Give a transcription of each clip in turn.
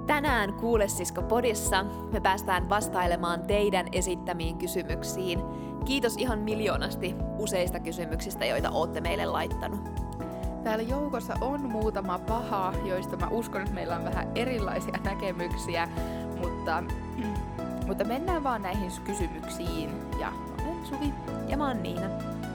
Tänään Kuule Sisko -podissa me päästään vastailemaan teidän esittämiin kysymyksiin. Kiitos ihan miljoonasti useista kysymyksistä, joita olette meille laittanut. Täällä joukossa on muutama paha, joista mä uskon, että meillä on vähän erilaisia näkemyksiä, mutta mennään vaan näihin kysymyksiin. Ja mä olen Suvi. Ja mä oon Niina.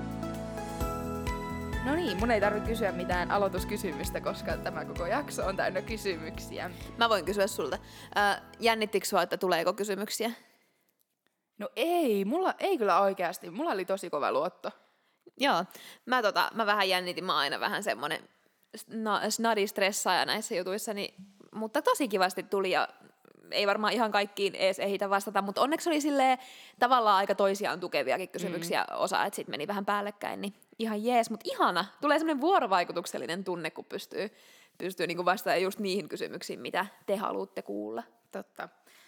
No niin, mun ei tarvitse kysyä mitään aloituskysymystä, koska tämä koko jakso on täynnä kysymyksiä. Mä voin kysyä sulta. Jännittikö sua, että tuleeko kysymyksiä? No ei, mulla ei kyllä oikeasti. Mulla oli tosi kova luotto. Joo, mä vähän jännitin. Mä oon aina vähän semmonen snadi-stressaaja näissä jutuissa, mutta tosi kivasti tuli ja ei varmaan ihan kaikkiin edes ehitä vastata, mutta onneksi oli silleen tavallaan aika toisiaan tukeviakin kysymyksiä osa, että sit meni vähän päällekkäin, niin ihan jees, mutta ihana. Tulee semmoinen vuorovaikutuksellinen tunne, kun pystyy niinku vastaamaan just niihin kysymyksiin, mitä te haluatte kuulla. Totta.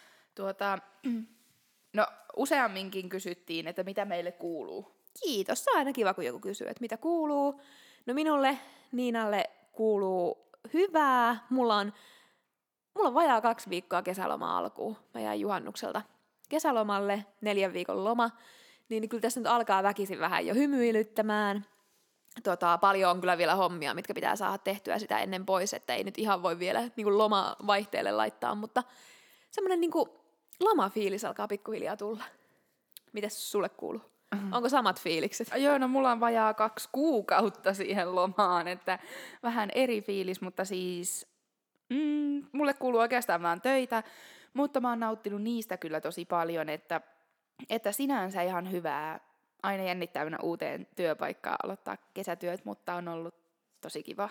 No useamminkin kysyttiin, että mitä meille kuuluu. Kiitos, se on aina kiva, kun joku kysyy, että mitä kuuluu. No minulle, Niinalle kuuluu hyvää. Mulla on vajaa 2 viikkoa kesäloma alkuun. Mä jäin juhannukselta kesälomalle, 4 viikon loma. Niin kyllä tässä nyt alkaa väkisin vähän jo hymyilyttämään. Paljon on kyllä vielä hommia, mitkä pitää saada tehtyä sitä ennen pois, että ei nyt ihan voi vielä niin lomavaihteelle laittaa, mutta semmoinen niin lomafiilis alkaa pikkuhiljaa tulla. Mites sulle kuuluu? Onko samat fiilikset? Joo, no mulla on vajaa 2 kuukautta siihen lomaan, että vähän eri fiilis, mutta siis mulle kuuluu oikeastaan vaan töitä, mutta mä oon nauttinut niistä kyllä tosi paljon, että sinänsä ihan hyvää. Aina jännittää mennä uuteen työpaikkaan aloittaa kesätyöt, mutta on ollut tosi kiva.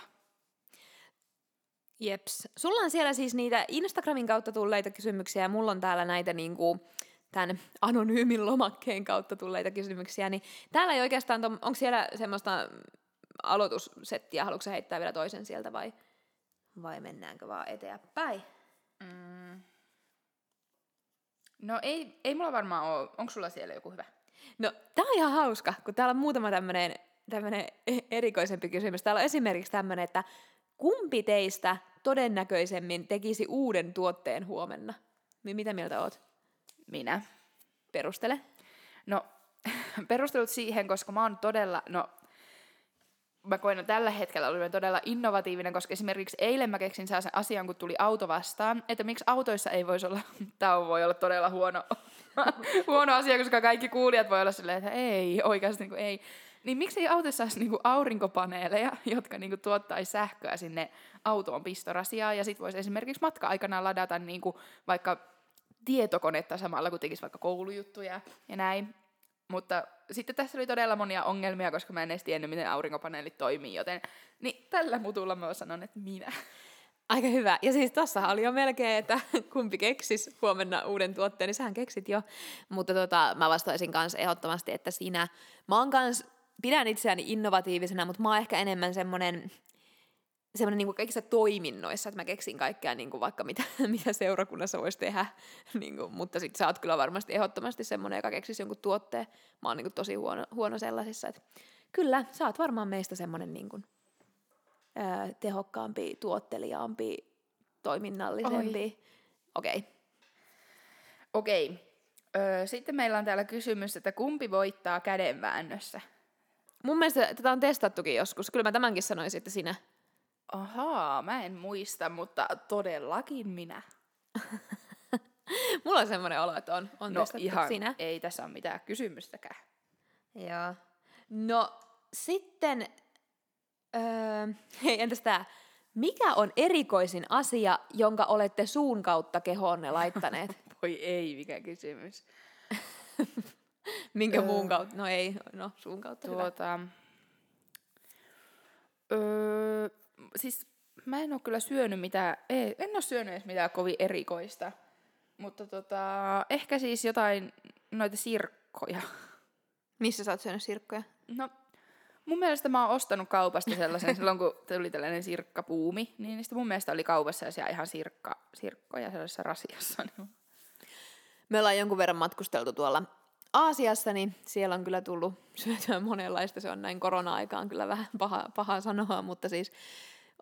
Jeps. Sulla on siellä siis niitä Instagramin kautta tulleita kysymyksiä ja mulla on täällä näitä niinku tämän anonyymin lomakkeen kautta tulleita kysymyksiä, niin täällä ei oikeastaan, onko siellä semmoista aloitussettiä, haluatko heittää vielä toisen sieltä vai mennäänkö vaan eteenpäin? No ei mulla varmaan ole. Onko sulla siellä joku hyvä? No tää on ihan hauska, kun täällä on muutama tämmönen erikoisempi kysymys. Täällä on esimerkiksi tämmönen, että kumpi teistä todennäköisemmin tekisi uuden tuotteen huomenna? Mitä mieltä oot? Minä. Perustele. No, perustelut siihen, koska mä oon mä koen tällä hetkellä olen todella innovatiivinen, koska esimerkiksi eilen mä keksin sellaisen asian, kun tuli auto vastaan, että miksi autoissa ei voisi olla, tämä voi olla todella huono asia, koska kaikki kuulijat voi olla silleen, että ei, oikeasti ei. Niin miksi ei autossa olisi aurinkopaneeleja, jotka tuottaisi sähköä sinne autoon pistorasiaan, ja sitten voisi esimerkiksi matka-aikana ladata vaikka tietokonetta samalla, kun tekisi vaikka koulujuttuja ja näin. Mutta sitten tässä oli todella monia ongelmia, koska mä en edes tiennyt, miten aurinkopaneelit toimii, joten niin tällä mutulla mä sanon, että minä. Aika hyvä. Ja siis tossahan oli jo melkein, että kumpi keksis huomenna uuden tuotteen, niin sähän keksit jo. Mutta mä vastaisin kanssa ehdottomasti, että sinä. Mä oon kans, pidän itseäni innovatiivisena, mutta mä oon ehkä enemmän semmonen niin kuin kaikissa toiminnoissa, että mä keksin kaikkea niin kuin vaikka mitä seurakunnassa voisi tehdä, niin kuin, mutta sitten sä oot kyllä varmasti ehdottomasti semmoinen, joka keksisi jonkun tuotteen. Mä oon niin kuin tosi huono sellaisissa, että kyllä, sä oot varmaan meistä semmoinen niin kuin, tehokkaampi, tuottelijaampi, toiminnallisempi. Okei. Sitten meillä on täällä kysymys, että kumpi voittaa kädenväännössä? Mun mielestä tätä on testattukin joskus. Kyllä mä tämänkin sanoisin, että sinä. Ahaa, mä en muista, mutta todellakin minä. Mulla on semmoinen olo, että on testattu ihan, sinä. Ei tässä ole mitään kysymystäkään. Joo. No sitten, hei entäs tää, mikä on erikoisin asia, jonka olette suun kautta kehoonne laittaneet? Voi ei, mikä kysymys. Minkä muun kautta? No ei, suun kautta hyvä. Siis mä en ole kyllä syönyt mitään, en ole syönyt edes mitään kovin erikoista, mutta ehkä siis jotain noita sirkkoja. Missä sä oot syönyt sirkkoja? No, mun mielestä mä oon ostanut kaupasta sellaisen, silloin kun tuli tällainen sirkkapuumi, niin sitten mun mielestä oli kaupassa sellaisia ihan sirkkoja sellaisessa rasiassa. Me ollaan jonkun verran matkusteltu tuolla Aasiassa, niin siellä on kyllä tullut syötyä monenlaista. Se on näin korona-aikaan kyllä vähän paha sanoa, mutta siis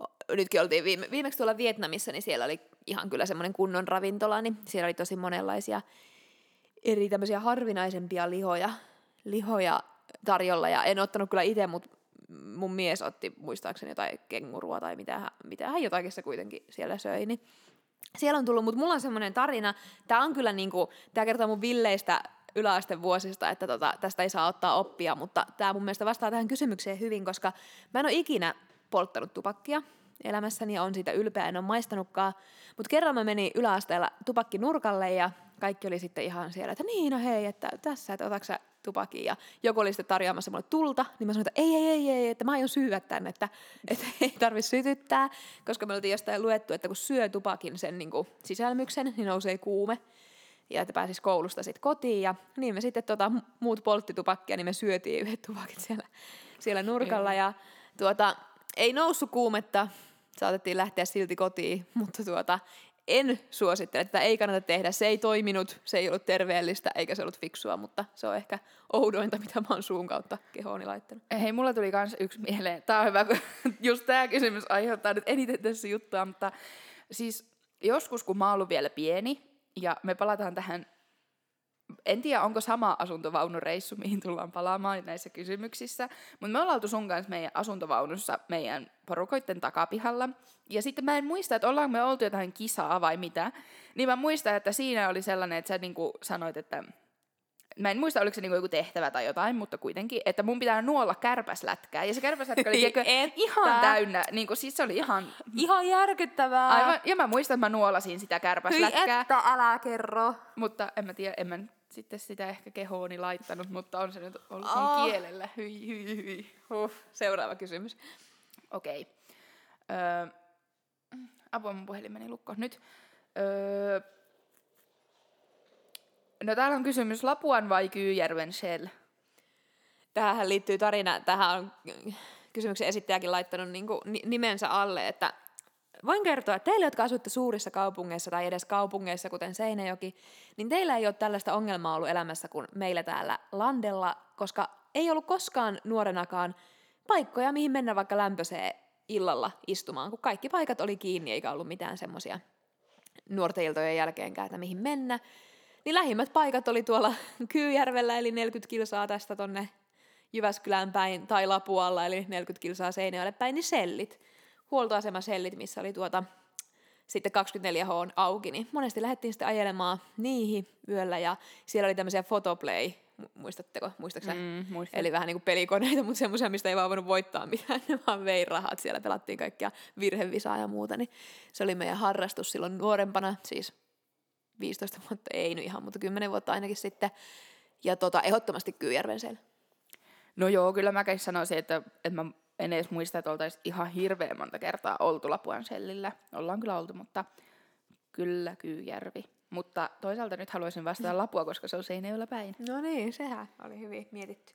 nytkin oltiin viimeksi tuolla Vietnamissa, niin siellä oli ihan kyllä semmoinen kunnon ravintola, niin siellä oli tosi monenlaisia eri tämmöisiä harvinaisempia lihoja tarjolla, ja en ottanut kyllä itse, mutta mun mies otti muistaakseni jotain kengurua tai mitä hän jotakin se kuitenkin siellä söi, niin siellä on tullut, mutta mulla on semmoinen tarina, tää on kyllä niinku, tää kertoo mun villeistä yläastevuosista, että tästä ei saa ottaa oppia, mutta tää mun mielestä vastaa tähän kysymykseen hyvin, koska mä en ole ikinä polttanut tupakkia elämässäni ja on siitä ylpeä, en ole maistanutkaan, mutta kerran mä menin yläasteella tupakkinurkalle ja kaikki oli sitten ihan siellä, että Niina hei, että tässä, että otatko sä tupakin, ja joku oli sitten tarjoamassa mulle tulta, niin mä sanoin, että ei, että mä aion syyä tänne, että ei tarvitse sytyttää, koska me oltiin jostain luettu, että kun syö tupakin sen niin kuin sisälmyksen, niin nousee kuume, ja että pääsis koulusta sitten kotiin, ja niin me sitten muut poltti tupakkia, niin me syötiin yhdet tupakit siellä nurkalla, ja ei noussut kuumetta, saatettiin lähteä silti kotiin, mutta en suosittele, että ei kannata tehdä. Se ei toiminut, se ei ollut terveellistä eikä se ollut fiksua, mutta se on ehkä oudointa, mitä mä oon suun kautta kehooni laittanut. Hei, mulla tuli kans yksi mieleen. Tää on hyvä, kun just tää kysymys aiheuttaa nyt eniten tässä juttua, mutta siis joskus, kun mä oon ollut vielä pieni, ja me palataan tähän, en tiedä onko sama asuntovaunureissu, mihin tullaan palaamaan näissä kysymyksissä, mutta me ollaan oltu sun kanssa meidän asuntovaunussa meidän porukoitten takapihalla. Ja sitten mä en muista, että ollaanko me oltu jotain kisaa vai mitä. Niin mä muistan, että siinä oli sellainen, että sä niinku sanoit, että mä en muista, oliko se niinku joku tehtävä tai jotain, mutta kuitenkin, että mun pitää nuolla kärpäslätkää. Ja se kärpäslätkä oli ihan täynnä, niinku siis se oli ihan järkyttävää. Aivan, ja mä muistan, että mä nuolasin sitä kärpäslätkää. Hyi että, älä kerro. Mutta en mä tiedä, en mä sitten sitä ehkä kehooni laittanut, mutta on se nyt ollut mun kielellä. Hyi. Seuraava kysymys. Okei. Apua, mun puhelin meni lukkoon. Nyt. No täällä on kysymys, Lapuan vai Kyyjärven Shell? Tähän liittyy tarina, tähän on kysymyksen esittäjäkin laittanut nimensä alle, että voin kertoa, että teille, jotka asutte suurissa kaupungeissa tai edes kaupungeissa, kuten Seinäjoki, niin teillä ei ole tällaista ongelmaa ollut elämässä kuin meillä täällä landella, koska ei ollut koskaan nuorenakaan paikkoja, mihin mennä vaikka lämpöiseen illalla istumaan, kun kaikki paikat oli kiinni, eikä ollut mitään semmoisia nuorten iltojen jälkeenkään, että mihin mennä. Niin lähimmät paikat oli tuolla Kyyjärvellä, eli 40 kilsaa tästä tonne Jyväskylään päin, tai Lapualla, eli 40 kilsaa Seinäjoelle päin, niin sellit. Huoltoasemasellit, missä oli sitten 24H auki, niin monesti lähdettiin sitten ajelemaan niihin yöllä, ja siellä oli tämmöisiä photoplay, muistatteko? Eli vähän niin kuin pelikoneita, mutta semmoisia, mistä ei vaan voinut voittaa mitään, ne vaan vei rahat, siellä pelattiin kaikkia virhevisaa ja muuta, niin se oli meidän harrastus silloin nuorempana, siis 15 vuotta, ei nyt ihan, mutta 10 vuotta ainakin sitten, ja ehdottomasti Kyyjärven siellä. No joo, kyllä mäkin sanoisin, että mä en edes muista, että oltaisiin ihan hirveän monta kertaa oltu Lapuan Shellillä. Ollaan kyllä oltu, mutta kyllä Kyyjärvi. Mutta toisaalta nyt haluaisin vastata Lapua, koska se on Seinäjoella päin. No niin, sehän oli hyvin mietitty.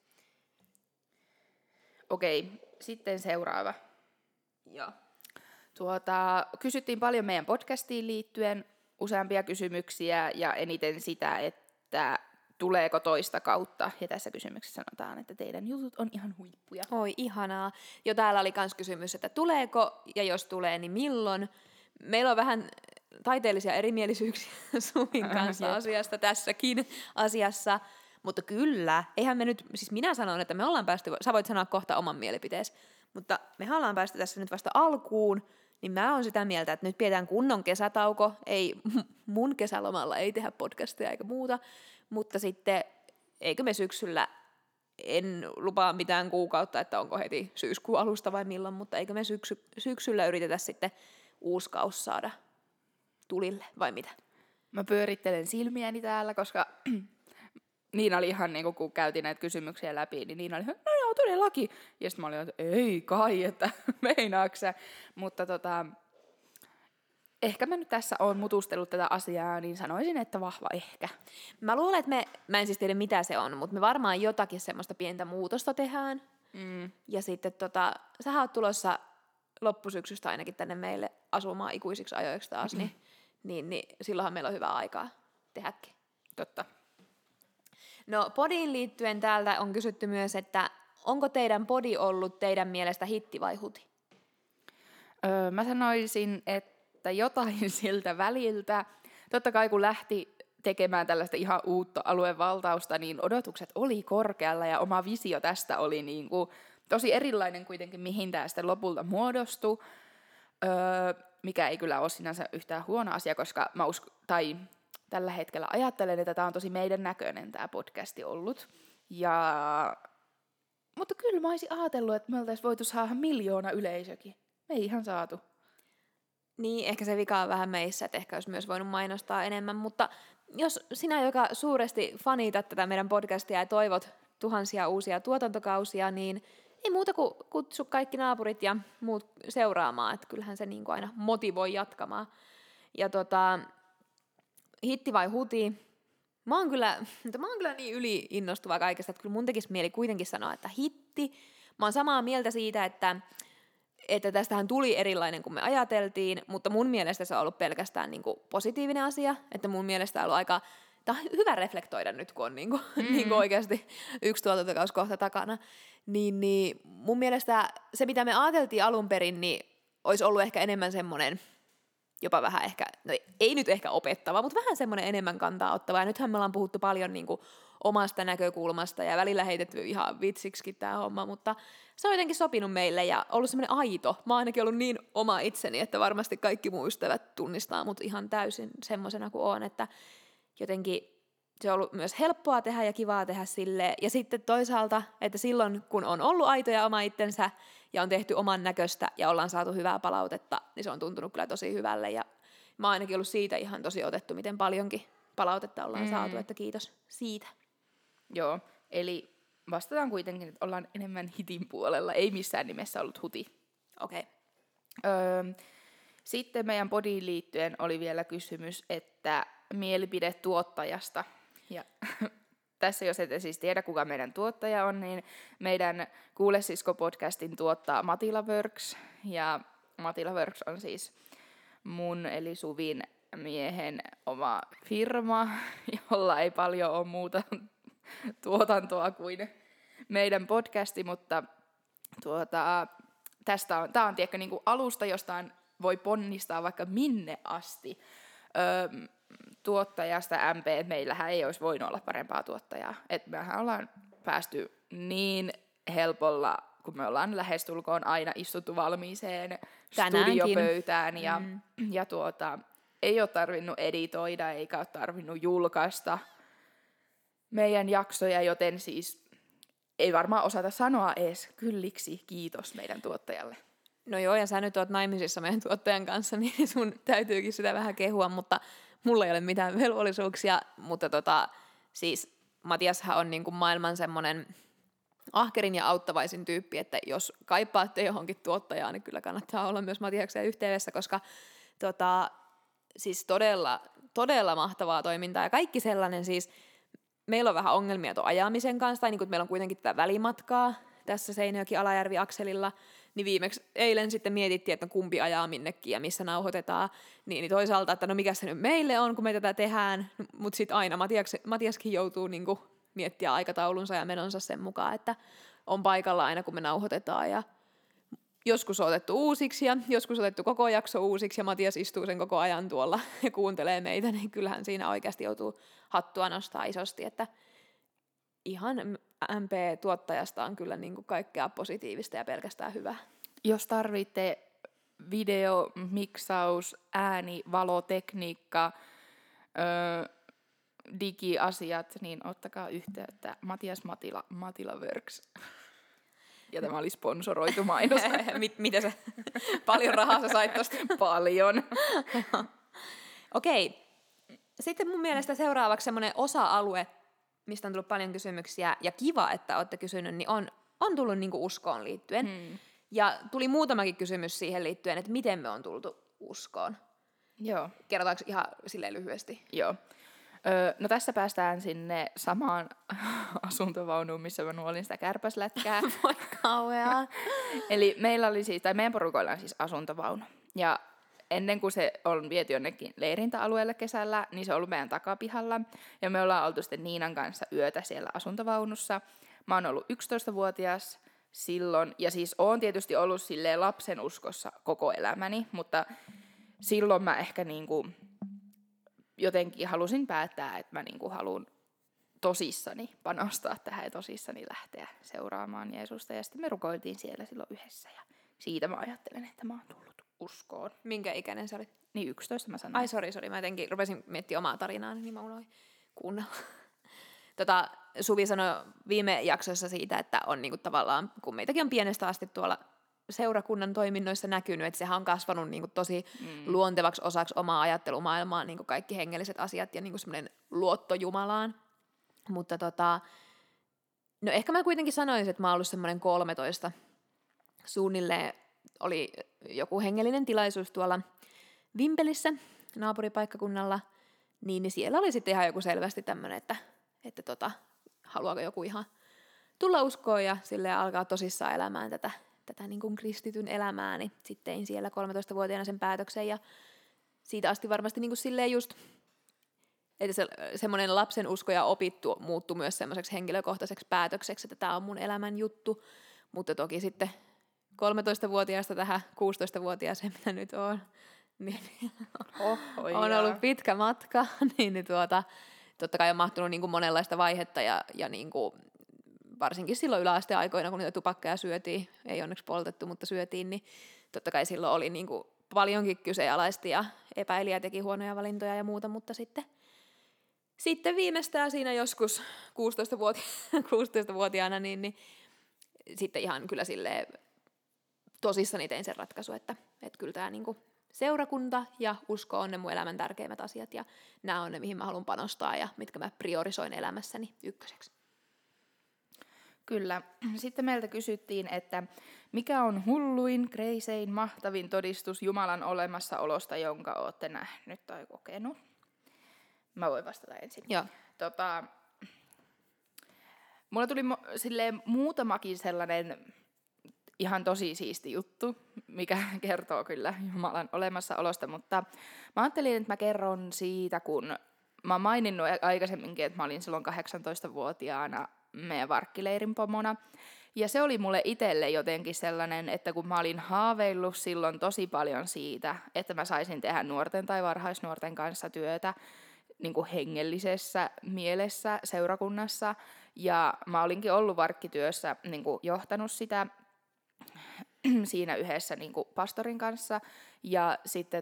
Okei, sitten seuraava. Joo. Kysyttiin paljon meidän podcastiin liittyen useampia kysymyksiä ja eniten sitä, että tuleeko toista kautta. Ja tässä kysymyksessä sanotaan, että teidän jutut on ihan huippuja. Oi, ihanaa. Jo täällä oli myös kysymys, että tuleeko ja jos tulee, niin milloin. Meillä on vähän taiteellisia erimielisyyksiä Sumin kanssa asiasta tässäkin asiassa, mutta kyllä, eihän me nyt, siis minä sanon, että me ollaan päästy, sä voit sanoa kohta oman mielipiteesi, mutta me ollaan päästy tässä nyt vasta alkuun, niin mä oon sitä mieltä, että nyt pidetään kunnon kesätauko, ei mun kesälomalla ei tehdä podcastia eikä muuta, mutta sitten eikö me syksyllä, en lupaa mitään kuukautta, että onko heti syyskuun alusta vai milloin, mutta eikö me syksyllä yritetä sitten uusi kaus saada tulille, vai mitä? Mä pyörittelen silmiäni täällä, koska Niina oli ihan, niin kun käytiin näitä kysymyksiä läpi, niin Niina oli ihan, no joo, todellakin. Ja sitten mä olin, että ei kai, että meinaaksä. Mutta ehkä mä nyt tässä oon mutustellut tätä asiaa, niin sanoisin, että vahva ehkä. Mä luulen, että mä en siis tiedä mitä se on, mutta me varmaan jotakin semmoista pientä muutosta tehdään. Ja sitten sähän oot tulossa loppusyksystä ainakin tänne meille asumaan ikuisiksi ajoiksi taas, niin silloinhan meillä on hyvä aikaa tehdäkin. Totta. No podiin liittyen täältä on kysytty myös, että onko teidän podi ollut teidän mielestä hitti vai huti? Mä sanoisin, että jotain siltä väliltä. Totta kai kun lähti tekemään tällaista ihan uutta aluevaltausta, niin odotukset oli korkealla ja oma visio tästä oli niin kuin tosi erilainen kuitenkin, mihin tämä sitten lopulta muodostui, mikä ei kyllä ole sinänsä yhtään huono asia, koska tällä hetkellä ajattelen, että tämä on tosi meidän näköinen tämä podcasti ollut. Mutta kyllä mä olisin ajatellut, että me oltaisiin voitu saada 1 miljoona yleisökin. Me ei ihan saatu. Niin, ehkä se vika on vähän meissä, että ehkä olisi myös voinut mainostaa enemmän, mutta jos sinä, joka suuresti fanitat tätä meidän podcastia ja toivot tuhansia uusia tuotantokausia, niin ei muuta kuin kutsu kaikki naapurit ja muut seuraamaan, että kyllähän se niin kuin aina motivoi jatkamaan. Ja hitti vai huti? Mä oon kyllä niin yli-innostuva kaikesta, että kyllä mun tekisi mieli kuitenkin sanoa, että hitti. Mä oon samaa mieltä siitä, että tästähän tuli erilainen kuin me ajateltiin, mutta mun mielestä se on ollut pelkästään niin kuin positiivinen asia, että mun mielestä on ollut tämä on hyvä reflektoida nyt, kun on niin kuin oikeasti 1 tuotantokausi kohta takana, niin mun mielestä se, mitä me ajateltiin alun perin, niin olisi ollut ehkä enemmän semmoinen, jopa vähän ehkä, no ei nyt ehkä opettava, mutta vähän semmoinen enemmän kantaa ottava, ja nythän me ollaan puhuttu paljon niin kuin omasta näkökulmasta, ja välillä heitetty ihan vitsiksikin tämä homma, mutta se on jotenkin sopinut meille, ja ollut semmoinen aito. Mä oon ainakin ollut niin oma itseni, että varmasti kaikki mun ystävät tunnistaa mut ihan täysin semmoisena kuin oon, että jotenkin se on ollut myös helppoa tehdä ja kivaa tehdä silleen. Ja sitten toisaalta, että silloin kun on ollut aito ja oma itsensä ja on tehty oman näköistä ja ollaan saatu hyvää palautetta, niin se on tuntunut kyllä tosi hyvälle. Ja mä oon ainakin ollut siitä ihan tosi otettu, miten paljonkin palautetta ollaan saatu, että kiitos siitä. Joo, eli vastataan kuitenkin, että ollaan enemmän hitin puolella, ei missään nimessä ollut huti. Okei. Sitten meidän bodyin liittyen oli vielä kysymys, että mielipide tuottajasta. Ja tässä, jos ette siis tiedä, kuka meidän tuottaja on, niin meidän Kuule Sisko-podcastin tuottaa Matila Works. Ja Matila Works on siis mun eli Suvin miehen oma firma, jolla ei paljon ole muuta tuotantoa kuin meidän podcasti, mutta tämä on tiedätkö, niin kuin alusta, jostain voi ponnistaa vaikka minne asti. Tuottajasta MP, meillähän ei olisi voinut olla parempaa tuottajaa. Et mehän ollaan päästy niin helpolla, kun me ollaan lähestulkoon aina istuttu valmiiseen studiopöytään ja ei ole tarvinnut editoida eikä ole tarvinnut julkaista meidän jaksoja, joten siis ei varmaan osata sanoa edes kylliksi kiitos meidän tuottajalle. No joo, ja sä nyt oot naimisissa meidän tuottajan kanssa, niin sun täytyykin sitä vähän kehua, mutta mulla ei ole mitään velvollisuuksia, mutta siis Matiashan on niin kuin maailman semmoinen ahkerin ja auttavaisin tyyppi, että jos kaipaatte johonkin tuottajaa, niin kyllä kannattaa olla myös Matiaksen yhteydessä, koska siis todella mahtavaa toimintaa, ja kaikki sellainen siis, meillä on vähän ongelmia tuon ajamisen kanssa, tai niin kuin meillä on kuitenkin tätä välimatkaa tässä Seinäjoki-Alajärvi-akselilla, niin viimeksi eilen sitten mietittiin, että kumpi ajaa minnekin ja missä nauhoitetaan, niin toisaalta, että no mikä se nyt meille on, kun me tätä tehdään, mutta sitten aina Matiaskin joutuu niin kuin miettiä aikataulunsa ja menonsa sen mukaan, että on paikalla aina, kun me nauhoitetaan, ja joskus on otettu uusiksi ja joskus on otettu koko jakso uusiksi, ja Matias istuu sen koko ajan tuolla ja kuuntelee meitä, niin kyllähän siinä oikeasti joutuu hattua nostaa isosti, että ihan MP-tuottajasta on kyllä niin kuin kaikkea positiivista ja pelkästään hyvää. Jos tarvitte video, miksaus, ääni, valotekniikka, digiasiat, niin ottakaa yhteyttä Matias Matila Works. Ja tämä oli sponsoroitu mainos. Mitä se? Paljon rahaa sä sait tosta? Paljon. Okei. Sitten mun mielestä seuraavaksi semmoinen osa-alue, mistä on tullut paljon kysymyksiä, ja kiva, että olette kysynyt, niin on tullut niinku uskoon liittyen. Ja tuli muutamakin kysymys siihen liittyen, että miten me on tultu uskoon. Joo. Kerrotaanko ihan silleen lyhyesti? Joo. No tässä päästään sinne samaan asuntovaunuun, missä mä nuolin sitä kärpäslätkää. Voi kauheaa. Eli meillä oli siis, tai meidän porukoilla on siis asuntovaunu. Ja ennen kuin se on viety jonnekin leirintäalueelle kesällä, niin se on ollut meidän takapihalla. Ja me ollaan oltu sitten Niinan kanssa yötä siellä asuntovaunussa. Mä oon ollut 11-vuotias, silloin, ja siis oon tietysti ollut silleen lapsen uskossa koko elämäni, mutta silloin mä ehkä niinku jotenkin halusin päättää, että mä niinku haluan tosissani panostaa tähän ja tosissani lähteä seuraamaan Jeesusta. Ja sitten me rukoiltiin siellä silloin yhdessä ja siitä mä ajattelen, että mä oon tullut uskoon. Minkä ikäinen sä olit? Niin 11 mä sanoin. Ai sori, mä jotenkin rupesin miettimään omaa tarinaa, niin mä unoin kuunnella. Suvi sanoi viime jaksossa siitä, että on niinku tavallaan, kun meitäkin on pienestä asti tuolla seurakunnan toiminnoissa näkynyt, että sehän on kasvanut niinku tosi luontevaksi osaksi omaa ajattelumaailmaa, niinku kaikki hengelliset asiat ja niinku semmoinen luotto Jumalaan. Mutta no ehkä mä kuitenkin sanoisin, että mä oon ollut semmoinen 13 suunnilleen. Oli joku hengellinen tilaisuus tuolla Vimpelissä, naapuripaikkakunnalla, niin siellä oli sitten ihan joku selvästi tämmöinen, että haluaako joku ihan tulla uskoon ja silleen alkaa tosissaan elämään tätä niin kuin kristityn elämää, niin sitten tein siellä 13-vuotiaana sen päätöksen ja siitä asti varmasti niin kuin silleen just, että semmoinen lapsen usko ja opittu muuttui myös semmoiseksi henkilökohtaiseksi päätökseksi, että tämä on mun elämän juttu, mutta toki sitten 13-vuotiaasta tähän 16-vuotiaaseen, mitä nyt on, niin on ollut pitkä matka, niin totta kai on mahtunut niin kuin monenlaista vaihetta ja niin kuin, varsinkin silloin yläasteen aikoina, kun niitä tupakkaa syötiin, ei onneksi poltettu, mutta syötiin, niin totta kai silloin oli niin kuin paljonkin kyseenalaista ja epäilijä teki huonoja valintoja ja muuta, mutta sitten viimeistään siinä joskus 16-vuotiaana, niin sitten ihan kyllä silleen tosissani tein sen ratkaisun, että kyllä tämä niinku seurakunta ja usko on ne mun elämän tärkeimmät asiat ja nämä on ne, mihin mä haluan panostaa ja mitkä mä priorisoin elämässäni ykköseksi. Kyllä. Sitten meiltä kysyttiin, että mikä on hulluin, kreisein, mahtavin todistus Jumalan olemassaolosta, jonka olette nähnyt tai kokenut? Mä voin vastata ensin. Joo. Mulla tuli silleen muutamakin sellainen ihan tosi siisti juttu, mikä kertoo kyllä Jumalan olemassaolosta, mutta mä ajattelin, että mä kerron siitä, kun mä oon maininnut aikaisemminkin, että mä olin silloin 18-vuotiaana meidän varkkileirin pomona. Ja se oli mulle itselle jotenkin sellainen, että kun mä olin haaveillut silloin tosi paljon siitä, että mä saisin tehdä nuorten tai varhaisnuorten kanssa työtä niin kuin hengellisessä mielessä seurakunnassa. Ja mä olinkin ollut varkkityössä niin kuin johtanut sitä siinä yhdessä niin kuin pastorin kanssa. Ja sitten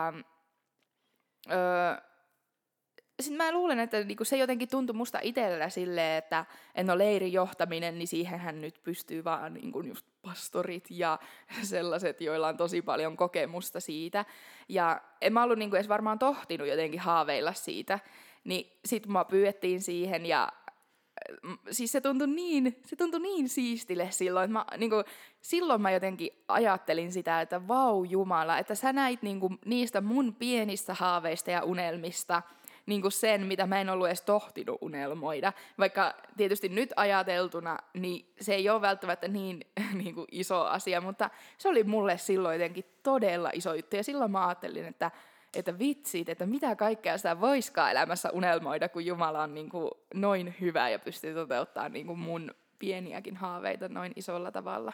sitten mä luulen, että niinku se jotenkin tuntui musta itsellä silleen, että leirin johtaminen, niin siihenhän nyt pystyy vaan niinku just pastorit ja sellaiset, joilla on tosi paljon kokemusta siitä. Ja en mä ollut niinku edes varmaan tohtinut jotenkin haaveilla siitä. Niin sit mua pyydettiin siihen ja siis se tuntui niin siistille silloin, että silloin mä jotenkin ajattelin sitä, että vau Jumala, että sä näit niinku niistä mun pienistä haaveista ja unelmista niinku sen, mitä mä en ollut edes tohtinut unelmoida. Vaikka tietysti nyt ajateltuna, niin se ei ole välttämättä niin niinku iso asia, mutta se oli mulle silloin jotenkin todella iso juttu. Ja silloin mä ajattelin, että vitsit, että mitä kaikkea sitä voiskaan elämässä unelmoida, kun Jumala on niinku noin hyvä ja pystyy toteuttamaan niinku mun pieniäkin haaveita noin isolla tavalla.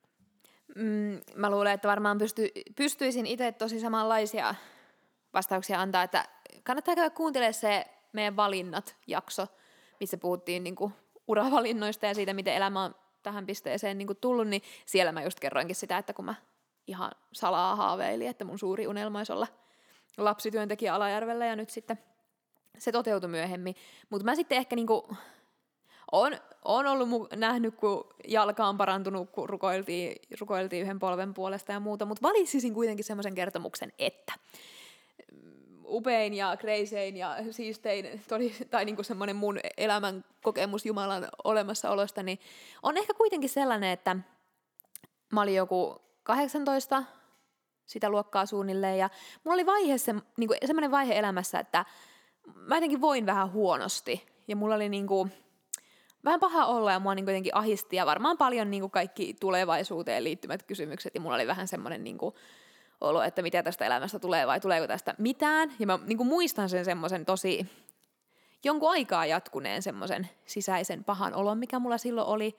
Mä luulen, että varmaan pystyisin itse tosi samanlaisia vastauksia antaa, että kannattaa käydä kuuntelemaan se meidän valinnat-jakso, missä puhuttiin niinku uravalinnoista ja siitä, miten elämä on tähän pisteeseen niinku tullut, niin siellä mä just kerroinkin sitä, että kun mä ihan salaa haaveilin, että mun suuri unelma olisi olla lapsityöntekijä Alajärvellä ja nyt sitten se toteutui myöhemmin. Mutta mä sitten ehkä niinku on ollut nähnyt, kun jalka on parantunut, kun rukoiltiin yhden polven puolesta ja muuta, mutta valitsisin kuitenkin semmoisen kertomuksen, että upein ja kreisein ja siistein tai niinku semmoinen mun elämän kokemus Jumalan olemassaolosta, niin on ehkä kuitenkin sellainen, että mä olin joku 18 sitä luokkaa suunnilleen ja mulla oli niinku semmoinen vaihe elämässä, että mä jotenkin voin vähän huonosti ja mulla oli niinku vähän paha olla ja mua niinku jotenkin ahisti ja varmaan paljon niinku kaikki tulevaisuuteen liittymät kysymykset ja mulla oli vähän semmoinen niinku olo, että mitä tästä elämästä tulee vai tuleeko tästä mitään. Ja mä niinku muistan sen semmoisen tosi jonkun aikaa jatkuneen semmoisen sisäisen pahan olon, mikä mulla silloin oli.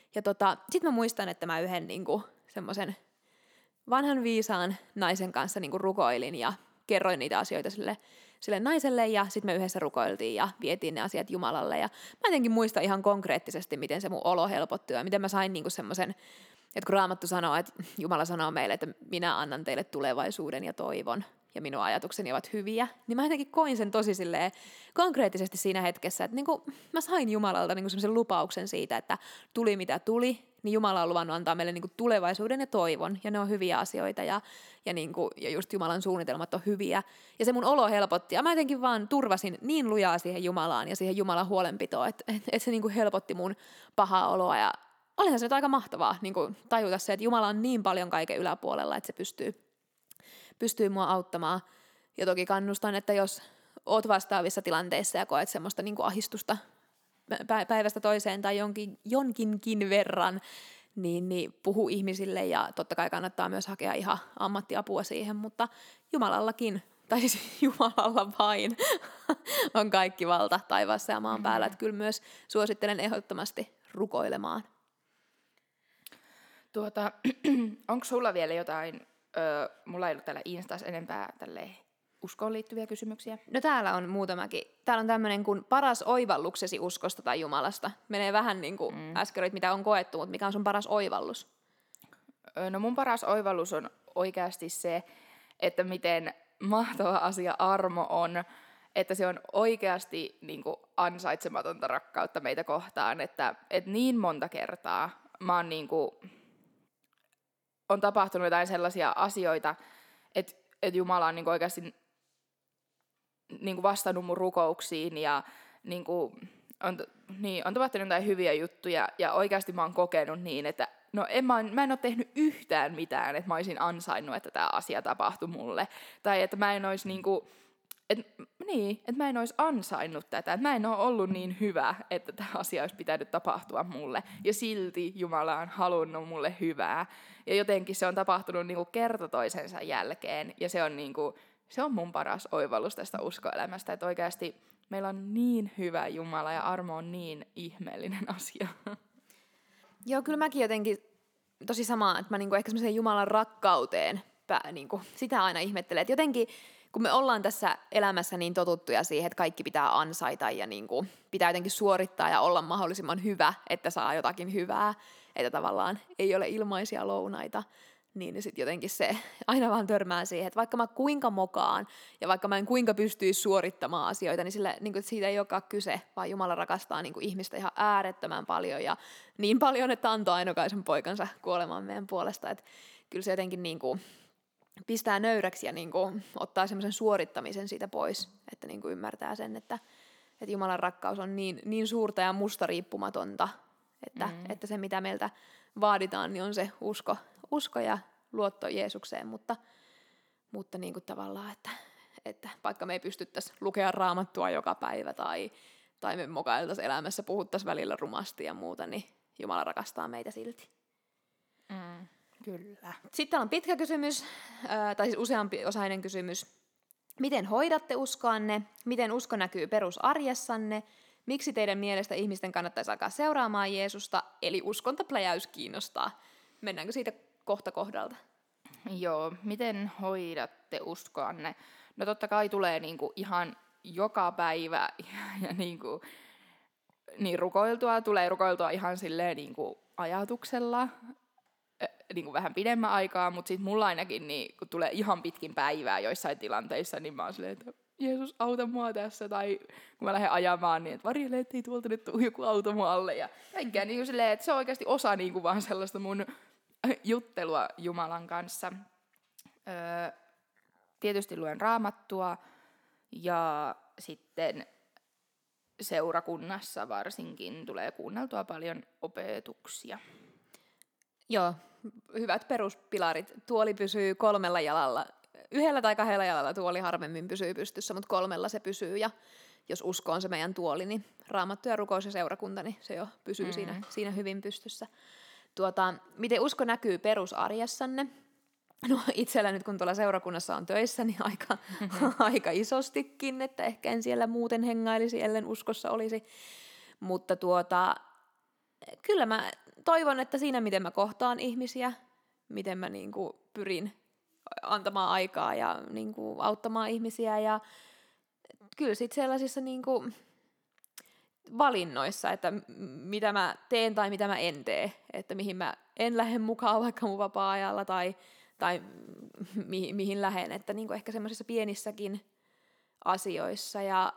Ja sit mä muistan, että mä yhden niinku semmoisen vanhan viisaan naisen kanssa niinku rukoilin ja kerroin niitä asioita sille naiselle ja sitten me yhdessä rukoiltiin ja vietiin ne asiat Jumalalle. Ja mä jotenkin muistan ihan konkreettisesti, miten se mun olo helpottui ja miten mä sain niinku semmoisen, että kun Raamattu sanoo, että Jumala sanoo meille, että minä annan teille tulevaisuuden ja toivon ja minun ajatukseni ovat hyviä, niin mä jotenkin koin sen tosi silleen konkreettisesti siinä hetkessä, että niinku mä sain Jumalalta niinku semmoisen lupauksen siitä, että tuli mitä tuli, niin Jumala on luvannut antaa meille niinku tulevaisuuden ja toivon, ja ne on hyviä asioita, ja just Jumalan suunnitelmat on hyviä, ja se mun olo helpotti, ja mä jotenkin vaan turvasin niin lujaa siihen Jumalaan ja siihen Jumalan huolenpitoon, että se niinku helpotti mun pahaa oloa, ja olihan se nyt aika mahtavaa niinku tajuta se, että Jumala on niin paljon kaiken yläpuolella, että se pystyy mua auttamaan. Ja toki kannustan, että jos oot vastaavissa tilanteissa ja koet semmoista niin kuin ahdistusta päivästä toiseen tai jonkinkin verran, niin puhu ihmisille ja totta kai kannattaa myös hakea ihan ammattiapua siihen, mutta Jumalallakin, tai siis Jumalalla vain, on kaikki valta taivaassa ja maan päällä, että kyllä myös suosittelen ehdottomasti rukoilemaan. Onko sulla vielä jotain, mulla ei ollut täällä Instas enempää tälleen uskoon liittyviä kysymyksiä? No täällä on muutamakin. Täällä on tämmöinen kuin paras oivalluksesi uskosta tai Jumalasta. Menee vähän niin kuin äsken, mitä on koettu, mutta mikä on sun paras oivallus? No mun paras oivallus on oikeasti se, että miten mahtava asia armo on, että se on oikeasti niin kuin ansaitsematonta rakkautta meitä kohtaan, että niin monta kertaa mä oon niin kuin, on tapahtunut jotain sellaisia asioita, että Jumala on niin kuin oikeasti niin kuin vastannut mun rukouksiin ja niin kuin on tapahtunut jotain hyviä juttuja ja oikeasti mä oon kokenut niin, että no mä en ole tehnyt yhtään mitään, että mä olisin ansainnut, että tämä asia tapahtui mulle. Tai että mä en olisi että mä en olisi ansainnut tätä, että mä en ole ollut niin hyvä, että tämä asia olisi pitänyt tapahtua mulle. Ja silti Jumala on halunnut mulle hyvää. Ja jotenkin se on tapahtunut niinku kerta toisensa jälkeen. Ja se on mun paras oivallus tästä uskoelämästä, että oikeasti meillä on niin hyvä Jumala ja armo on niin ihmeellinen asia. Joo, kyllä mäkin jotenkin tosi samaa, että mä niinku ehkä semmoiseen Jumalan rakkauteen niinku, sitä aina ihmettelen, että jotenkin kun me ollaan tässä elämässä niin totuttuja siihen, että kaikki pitää ansaita ja niinku, pitää jotenkin suorittaa ja olla mahdollisimman hyvä, että saa jotakin hyvää, että tavallaan ei ole ilmaisia lounaita, niin sitten jotenkin se aina vaan törmää siihen, että vaikka mä kuinka mokaan ja vaikka mä en kuinka pystyisi suorittamaan asioita, niin niinku, siitä ei olekaan kyse, vaan Jumala rakastaa niinku, ihmistä ihan äärettömän paljon ja niin paljon, että antoi ainokaisen poikansa kuolemaan meidän puolesta, että kyllä se jotenkin niinku pistää nöyräksi ja niinku ottaa semmoisen suorittamisen siitä pois, että niinku ymmärtää sen, että Jumalan rakkaus on niin suurta ja musta riippumatonta, että se mitä meiltä vaaditaan, niin on se usko ja luotto Jeesukseen, mutta niinku tavallaan, että vaikka me ei pystyttäisi lukea Raamattua joka päivä tai me mokailtaisiin elämässä, puhuttaisiin välillä rumasti ja muuta, niin Jumala rakastaa meitä silti. Kyllä. Sitten on pitkä kysymys, tai siis useampi osainen kysymys. Miten hoidatte uskoanne? Miten usko näkyy perusarjessanne? Miksi teidän mielestä ihmisten kannattaisi alkaa seuraamaan Jeesusta? Eli uskontapläjäys kiinnostaa. Mennäänkö siitä kohta kohdalta? Joo, miten hoidatte uskoanne? No totta kai tulee niinku ihan joka päivä ja niinku, niin tulee rukoiltua ihan silleen niinku ajatuksella, niinku vähän pidemmän aikaa, mutta sitten mulla ainakin, niin, kun tulee ihan pitkin päivää joissain tilanteissa, niin mä oon silleen, että Jeesus, auta mua tässä, tai kun mä lähden ajamaan, niin että varjelle, ettei tuolta nyt tule joku auto mua alle, ja kaikkea niin silleen, että se on oikeasti osa niin vaan sellaista mun juttelua Jumalan kanssa. Tietysti luen Raamattua, ja sitten seurakunnassa varsinkin tulee kuunneltua paljon opetuksia. Joo, hyvät peruspilarit. Tuoli pysyy 3 jalalla. 1 tai 2 jalalla tuoli harvemmin pysyy pystyssä, mutta 3 se pysyy. Ja jos usko on se meidän tuoli, niin Raamattu ja rukous ja seurakunta, niin se jo pysyy siinä hyvin pystyssä. Miten usko näkyy perusarjessanne? No itsellä nyt kun tuolla seurakunnassa on töissä, niin aika isostikin, että ehkä en siellä muuten hengailisi, ellen uskossa olisi. Mutta kyllä mä toivon, että siinä miten mä kohtaan ihmisiä, miten mä niinku pyrin antamaan aikaa ja niinku auttamaan ihmisiä ja kyllä sitten sellaisissa niinku valinnoissa, että mitä mä teen tai mitä mä en tee, että mihin mä en lähde mukaan vaikka mun vapaa-ajalla tai mihin lähden, että niinku ehkä semmoisissa pienissäkin asioissa ja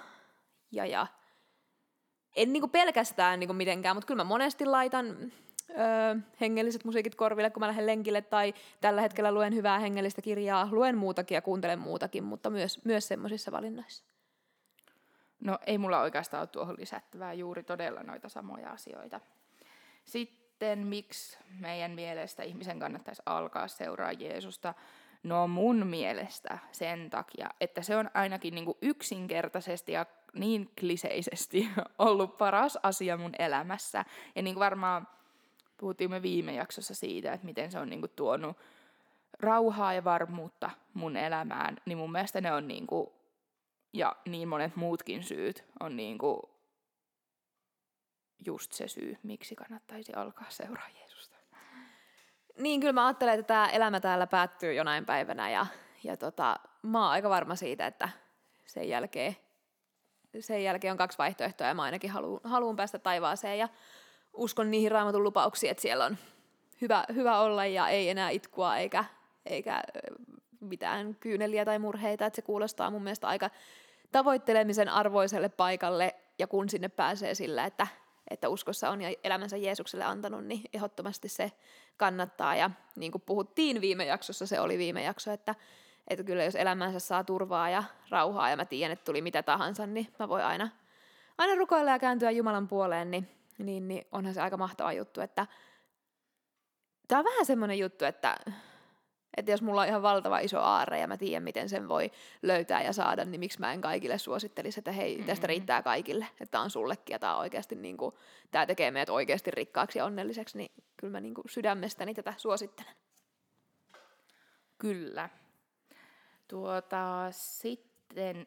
en niinku pelkästään niinku mitenkään, mutta kyllä mä monesti laitan hengelliset musiikit korville, kun mä lähden lenkille, tai tällä hetkellä luen hyvää hengellistä kirjaa, luen muutakin ja kuuntelen muutakin, mutta myös semmoisissa valinnoissa. No ei mulla oikeastaan ole tuohon lisättävää, juuri todella noita samoja asioita. Sitten miksi meidän mielestä ihmisen kannattaisi alkaa seuraa Jeesusta? No mun mielestä sen takia, että se on ainakin niinku yksinkertaisesti ja niin kliseisesti ollut paras asia mun elämässä. Ja niin kuin varmaan puhuttiin me viime jaksossa siitä, että miten se on niinku tuonut rauhaa ja varmuutta mun elämään, niin mun mielestä ne on niinku, ja niin monet muutkin syyt on niinku just se syy, miksi kannattaisi alkaa seuraa Jeesusta. Niin, kyllä mä ajattelen, että tämä elämä täällä päättyy jonain päivänä ja mä oon aika varma siitä, että sen jälkeen on 2 vaihtoehtoa ja mä ainakin haluan päästä taivaaseen ja uskon niihin Raamatun lupauksiin, että siellä on hyvä olla ja ei enää itkua eikä mitään kyyneliä tai murheita, että se kuulostaa mun mielestä aika tavoittelemisen arvoiselle paikalle ja kun sinne pääsee sillä, että uskossa on ja elämänsä Jeesukselle antanut, niin ehdottomasti se kannattaa. Ja niin kuin puhuttiin viime jaksossa, se oli viime jakso, että kyllä jos elämänsä saa turvaa ja rauhaa ja mä tiedän, että tuli mitä tahansa, niin mä voin aina rukoilla ja kääntyä Jumalan puoleen, niin onhan se aika mahtava juttu. Että tää on vähän semmoinen juttu, että jos mulla on ihan valtava iso aarre ja mä tiedän, miten sen voi löytää ja saada, niin miksi mä en kaikille suosittelisi, että hei, tästä riittää kaikille, että tää on sullekin ja tää on oikeasti niinku, tää tekee meidät oikeasti rikkaaksi ja onnelliseksi, niin kyllä mä niinku sydämestäni tätä suosittelen. Kyllä. Sitten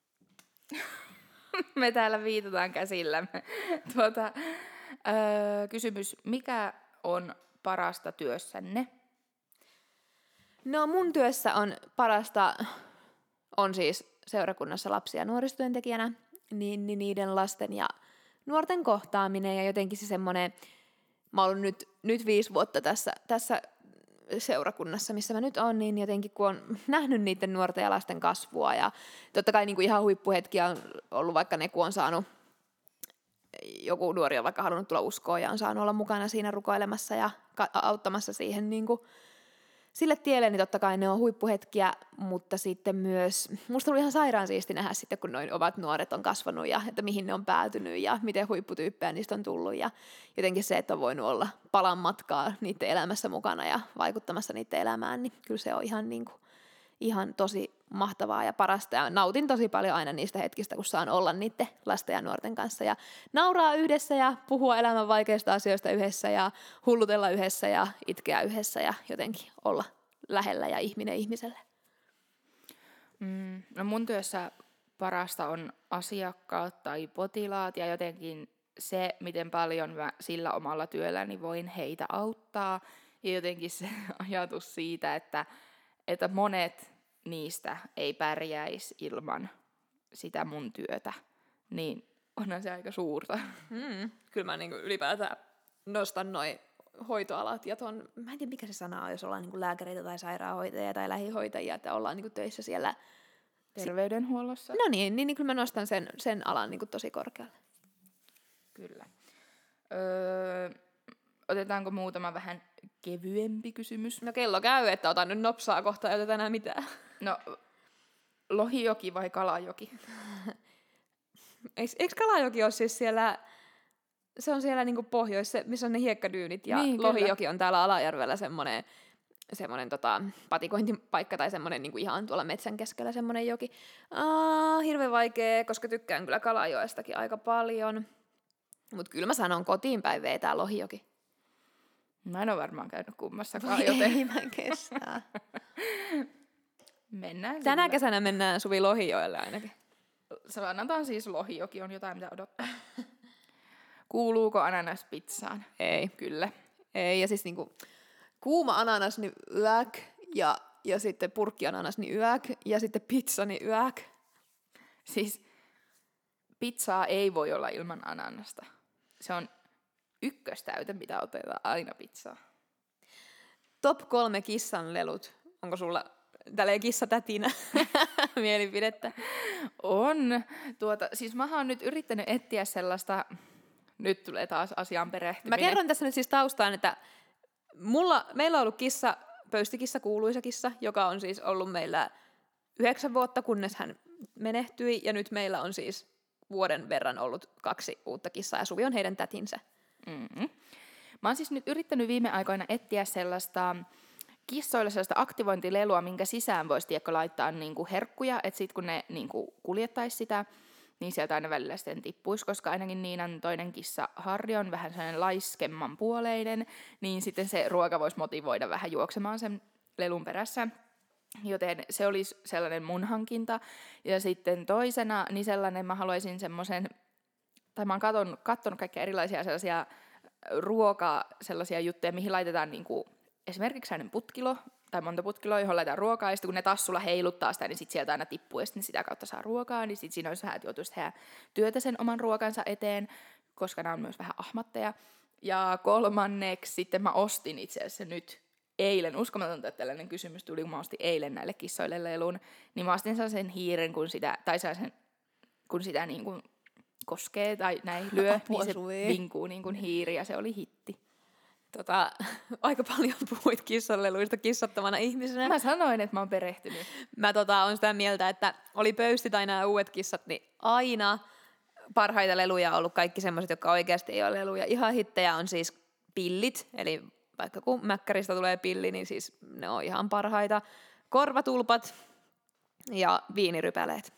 me täällä viitataan käsillämme. Kysymys, mikä on parasta työssänne? No mun työssä on parasta, on siis seurakunnassa lapsi- ja nuorisotyöntekijänä, niin niiden lasten ja nuorten kohtaaminen ja jotenkin se semmoinen, mä oon nyt 5 vuotta tässä seurakunnassa, missä mä nyt oon, niin jotenkin kun on nähnyt niiden nuorten ja lasten kasvua ja totta kai niin kuin ihan huippuhetkiä on ollut vaikka ne, kun on saanut, joku nuori on vaikka halunnut tulla uskoon ja on saanut olla mukana siinä rukoilemassa ja auttamassa siihen niin kuin sille tielle, niin totta kai ne on huippuhetkiä, mutta sitten myös, musta oli ihan sairaan siisti nähdä sitten, kun noin ovat nuoret on kasvanut ja että mihin ne on päätynyt ja miten huipputyyppejä niistä on tullut ja jotenkin se, että on voinut olla palan matkaa niiden elämässä mukana ja vaikuttamassa niiden elämään, niin kyllä se on ihan tosi mahtavaa ja parasta ja nautin tosi paljon aina niistä hetkistä, kun saan olla niiden lasten ja nuorten kanssa ja nauraa yhdessä ja puhua elämän vaikeista asioista yhdessä ja hullutella yhdessä ja itkeä yhdessä ja jotenkin olla lähellä ja ihminen ihmiselle. No mun työssä parasta on asiakkaat tai potilaat ja jotenkin se, miten paljon mä sillä omalla työlläni voin heitä auttaa ja jotenkin se ajatus siitä, että monet niistä ei pärjäisi ilman sitä mun työtä, niin onhan se aika suurta. Kyllä mä niinku ylipäätään nostan noi hoitoalat ja mä en tiedä mikä se sana on, jos ollaan niinku lääkäreitä tai sairaanhoitajia tai lähihoitajia, että ollaan niinku töissä siellä terveydenhuollossa. No niin kyllä mä nostan sen alan niinku tosi korkealle. Kyllä. Otetaanko muutama vähän kevyempi kysymys? No kello käy, että otan nyt nopsaa kohta, ei oteta enää mitään. No, Lohijoki vai Kalajoki? Eikö Kalajoki ole siis siellä, se on siellä niinku pohjoissa, missä on ne hiekkadyynit ja niin, Lohijoki on täällä Alajärvellä semmoinen patikointipaikka tai semmoinen niinku ihan tuolla metsän keskellä semmoinen joki. Hirveän vaikea, koska tykkään kyllä Kalajoestakin aika paljon. Mutta kyllä mä sanon kotiin päin vetää Lohijoki. Mä en ole varmaan käynyt kummassakaan, joten ei mä kestää. Mennään tänä sillä. Kesänä mennään Suvi Lohijoelle ainakin. Sanotaan siis Lohijoki on jotain, mitä odottaa. Kuuluuko ananas pizzaan? Ei. Kyllä. Ei, ja siis niinku kuuma ananas, niin yäk, ja sitten purkkiananas, niin yäk, ja sitten pizza, niin yäk. Siis pizzaa ei voi olla ilman ananasta. Se on ykköstäyte, mitä otetaan aina pizzaa. Top 3 kissan lelut. Onko sulla tälleen kissatätinä mielipidettä? On. Siis mä oon nyt yrittänyt etsiä sellaista, nyt tulee taas asian perehtyminen. Mä kerron tässä nyt siis taustaan, että meillä on ollut kissa, pöystikissa, kuuluisa kissa, joka on siis ollut meillä 9 vuotta, kunnes hän menehtyi, ja nyt meillä on siis vuoden verran ollut 2 uutta kissaa, ja Suvi on heidän tätinsä. Mm-hmm. Mä oon siis nyt yrittänyt viime aikoina etsiä sellaista kissoille sellaista aktivointilelua, minkä sisään voisi laittaa niinku herkkuja, että sit kun ne niinku kuljettaisi sitä, niin sieltä aina välillä sitten tippuisi, koska ainakin Niinan toinen kissa Harri on vähän sellainen laiskemman puoleinen, niin sitten se ruoka voisi motivoida vähän juoksemaan sen lelun perässä. Joten se olisi sellainen mun hankinta. Ja sitten toisena, niin sellainen mä haluaisin semmoisen, tai mä oon katsonut kaikkia erilaisia sellaisia sellaisia juttuja, mihin laitetaan niinku esimerkiksi sellainen putkilo, tai monta putkiloa, johon laitetaan ruokaa, ja sitten kun ne tassulla heiluttaa sitä, niin sit sieltä aina tippuu, ja sitten sitä kautta saa ruokaa, niin sitten siinä olisi vähän, että joutuisi tehdä työtä sen oman ruokansa eteen, koska nämä on myös vähän ahmatteja. Ja kolmanneksi sitten mä ostin itse asiassa nyt eilen, uskomatonta, että tällainen kysymys tuli, kun mä ostin eilen näille kissoille lelun, niin mä ostin sellaisen hiiren, kun sitä niin kuin koskee tai näin lyö, niin se vinkuu niin kuin hiiri, ja se oli hitti. Aika paljon puhuit kissaleluista kissattomana ihmisenä. Mä sanoin, että mä oon perehtynyt. Mä oon sitä mieltä, että oli pöystit tai nämä uudet kissat, niin aina parhaita leluja on ollut kaikki semmoiset, jotka oikeasti ei ole leluja. Ihan hittejä on siis pillit, eli vaikka kun mäkkäristä tulee pilli, niin siis ne on ihan parhaita. Korvatulpat ja viinirypäleet.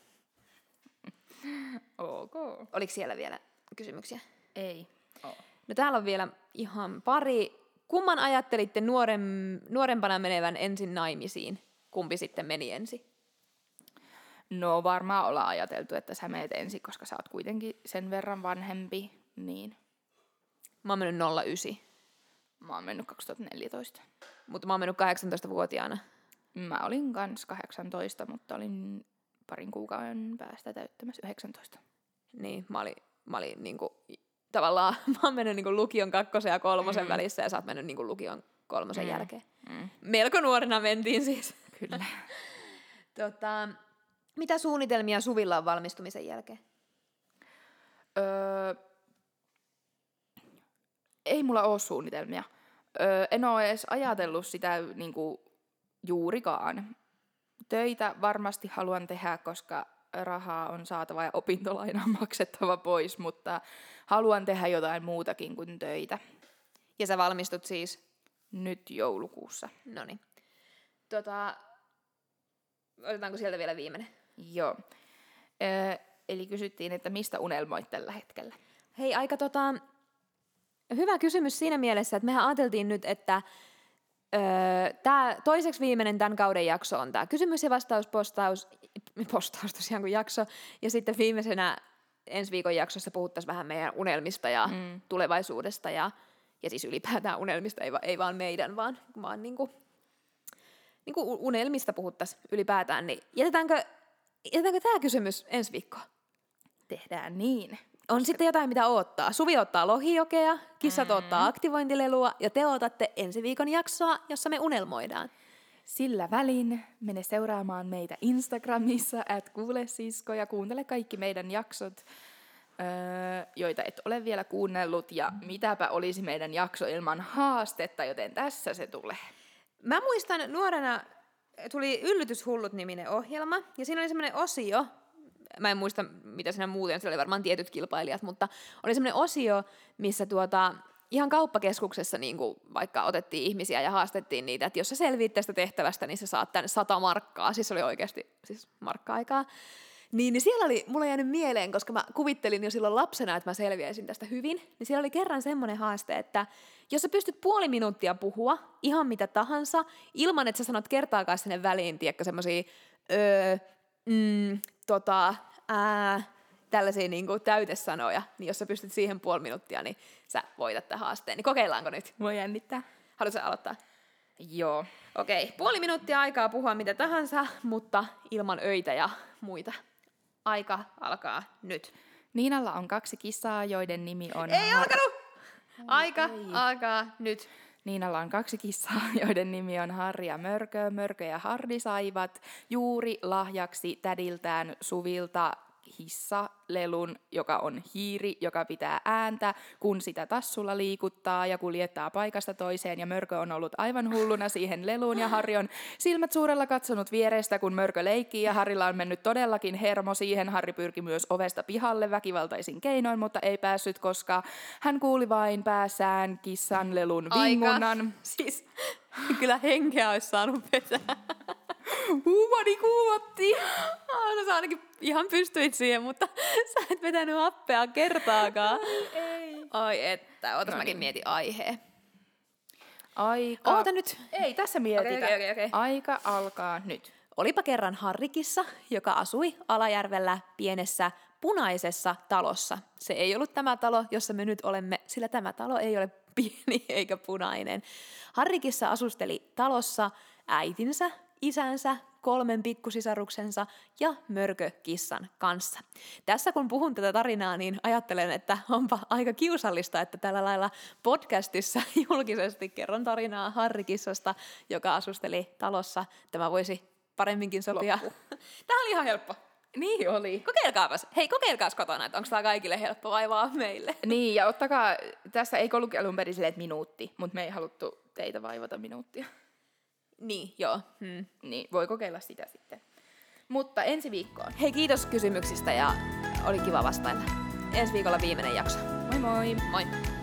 Ok. Oliko siellä vielä kysymyksiä? Ei. No täällä on vielä ihan pari. Kumman ajattelitte nuorempana menevän ensin naimisiin? Kumpi sitten meni ensin? No varmaan ollaan ajateltu, että sä meet ensin, koska sä oot kuitenkin sen verran vanhempi. Niin. Mä oon mennyt 09. Mä oon mennyt 2014. Mutta mä oon mennyt 18-vuotiaana. Mä olin kans 18, mutta olin parin kuukauden päästä täyttämässä 19. Niin, mä olin niinku, tavallaan, mä oon mennyt niinku lukion 2. ja 3. välissä, ja sä oot mennyt niinku lukion 3. jälkeen. Melko nuorena mentiin siis. Kyllä. Mitä suunnitelmia Suvilla on valmistumisen jälkeen? Ei mulla ole suunnitelmia. En ole edes ajatellut sitä niinku juurikaan. Töitä varmasti haluan tehdä, koska rahaa on saatava ja opintolaina on maksettava pois, mutta haluan tehdä jotain muutakin kuin töitä. Ja sä valmistut siis? Nyt joulukuussa. Noniin. Otetaanko sieltä vielä viimeinen? Joo. Eli kysyttiin, että mistä unelmoit tällä hetkellä? Hei, aika hyvä kysymys siinä mielessä, että mehän ajateltiin nyt, että tämä toiseksi viimeinen tämän kauden jakso on tämä kysymys- ja vastauspostaus tosiaan kuin jakso, ja sitten viimeisenä ensi viikon jaksossa puhuttaisiin vähän meidän unelmista ja tulevaisuudesta, ja siis ylipäätään unelmista, ei vaan meidän, vaan niinku unelmista puhuttaisiin ylipäätään, niin jätetäänkö tämä kysymys ensi viikkoon? Tehdään niin. On sitten jotain, mitä odottaa. Suvi ottaa lohijokea, kissat ottaa aktivointilelua, ja te otatte ensi viikon jaksoa, jossa me unelmoidaan. Sillä välin mene seuraamaan meitä Instagramissa @kuulesisko ja kuuntele kaikki meidän jaksot, joita et ole vielä kuunnellut, ja mitäpä olisi meidän jakso ilman haastetta, joten tässä se tulee. Mä muistan nuorena, tuli Yllytyshullut-niminen ohjelma, ja siinä oli semmoinen osio, mä en muista mitä siinä muuten, se oli varmaan tietyt kilpailijat, mutta oli semmoinen osio, missä ihan kauppakeskuksessa niin kuin vaikka otettiin ihmisiä ja haastettiin niitä, että jos sä selviit tästä tehtävästä, niin sä saat tänne 100 markkaa, siis oli oikeasti markka-aikaa. Niin siellä oli mulle jäänyt mieleen, koska mä kuvittelin jo silloin lapsena, että mä selviäisin tästä hyvin, niin siellä oli kerran semmoinen haaste, että jos sä pystyt puoli minuuttia puhua ihan mitä tahansa, ilman että sä sanot kertaakaan sinne väliin, tiedätkö, semmosia tällaisia niinku täytesanoja, niin jos sä pystyt siihen puoli minuuttia, niin sä voitat tämän haasteen. Niin kokeillaanko nyt? Voi jännittää. Haluatko aloittaa? Joo. Okei, puoli minuuttia aikaa puhua mitä tahansa, mutta ilman öitä ja muita. Aika alkaa nyt. Niinalla on 2 kissaa, joiden nimi on... Ei alkanut! Aika alkaa nyt. Niinalla on 2 kissaa, joiden nimi on Harri ja Mörkö. Mörkö ja Harri saivat juuri lahjaksi tädiltään Suvilta hissalelun, joka on hiiri, joka pitää ääntä, kun sitä tassulla liikuttaa ja kuljettaa paikasta toiseen. Ja Mörkö on ollut aivan hulluna siihen leluun ja Harri on silmät suurella katsonut vierestä, kun Mörkö leikkii ja Harrilla on mennyt todellakin hermo siihen. Harri pyrki myös ovesta pihalle väkivaltaisin keinoin, mutta ei päässyt, koska hän kuuli vain päässään kissan lelun vingunnan. Siis kyllä henkeä olisi saanut vetää. Huumani kuumatti! No sä ainakin ihan pystyit siihen, mutta sä et vetänyt happea kertaakaan. Ei. Ai että, ootas mäkin mietin aiheen. Aika... Oota nyt. Ei, tässä mietitään. Okei. Aika alkaa nyt. Olipa kerran Harrikissa, joka asui Alajärvellä pienessä punaisessa talossa. Se ei ollut tämä talo, jossa me nyt olemme, sillä tämä talo ei ole pieni eikä punainen. Harrikissa asusteli talossa äitinsä, isänsä, 3 pikkusisaruksensa ja Mörkö-kissan kanssa. Tässä kun puhun tätä tarinaa, niin ajattelen, että onpa aika kiusallista, että tällä lailla podcastissa julkisesti kerron tarinaa Harrikissasta, joka asusteli talossa. Tämä voisi paremminkin sopia. Tämä oli ihan helppo. Niin oli. Kokeilkaapas. Hei, kokeilkaas kotona, että onko tämä kaikille helppo vai vaan meille. Niin, ja ottakaa, tässä ei ollut alun perin silleen, että minuutti, mutta me ei haluttu teitä vaivata minuuttia. Niin, joo. Niin, voi kokeilla sitä sitten. Mutta ensi viikkoon. Hei, kiitos kysymyksistä ja oli kiva vastailla. Ensi viikolla viimeinen jakso. Moi moi! Moi!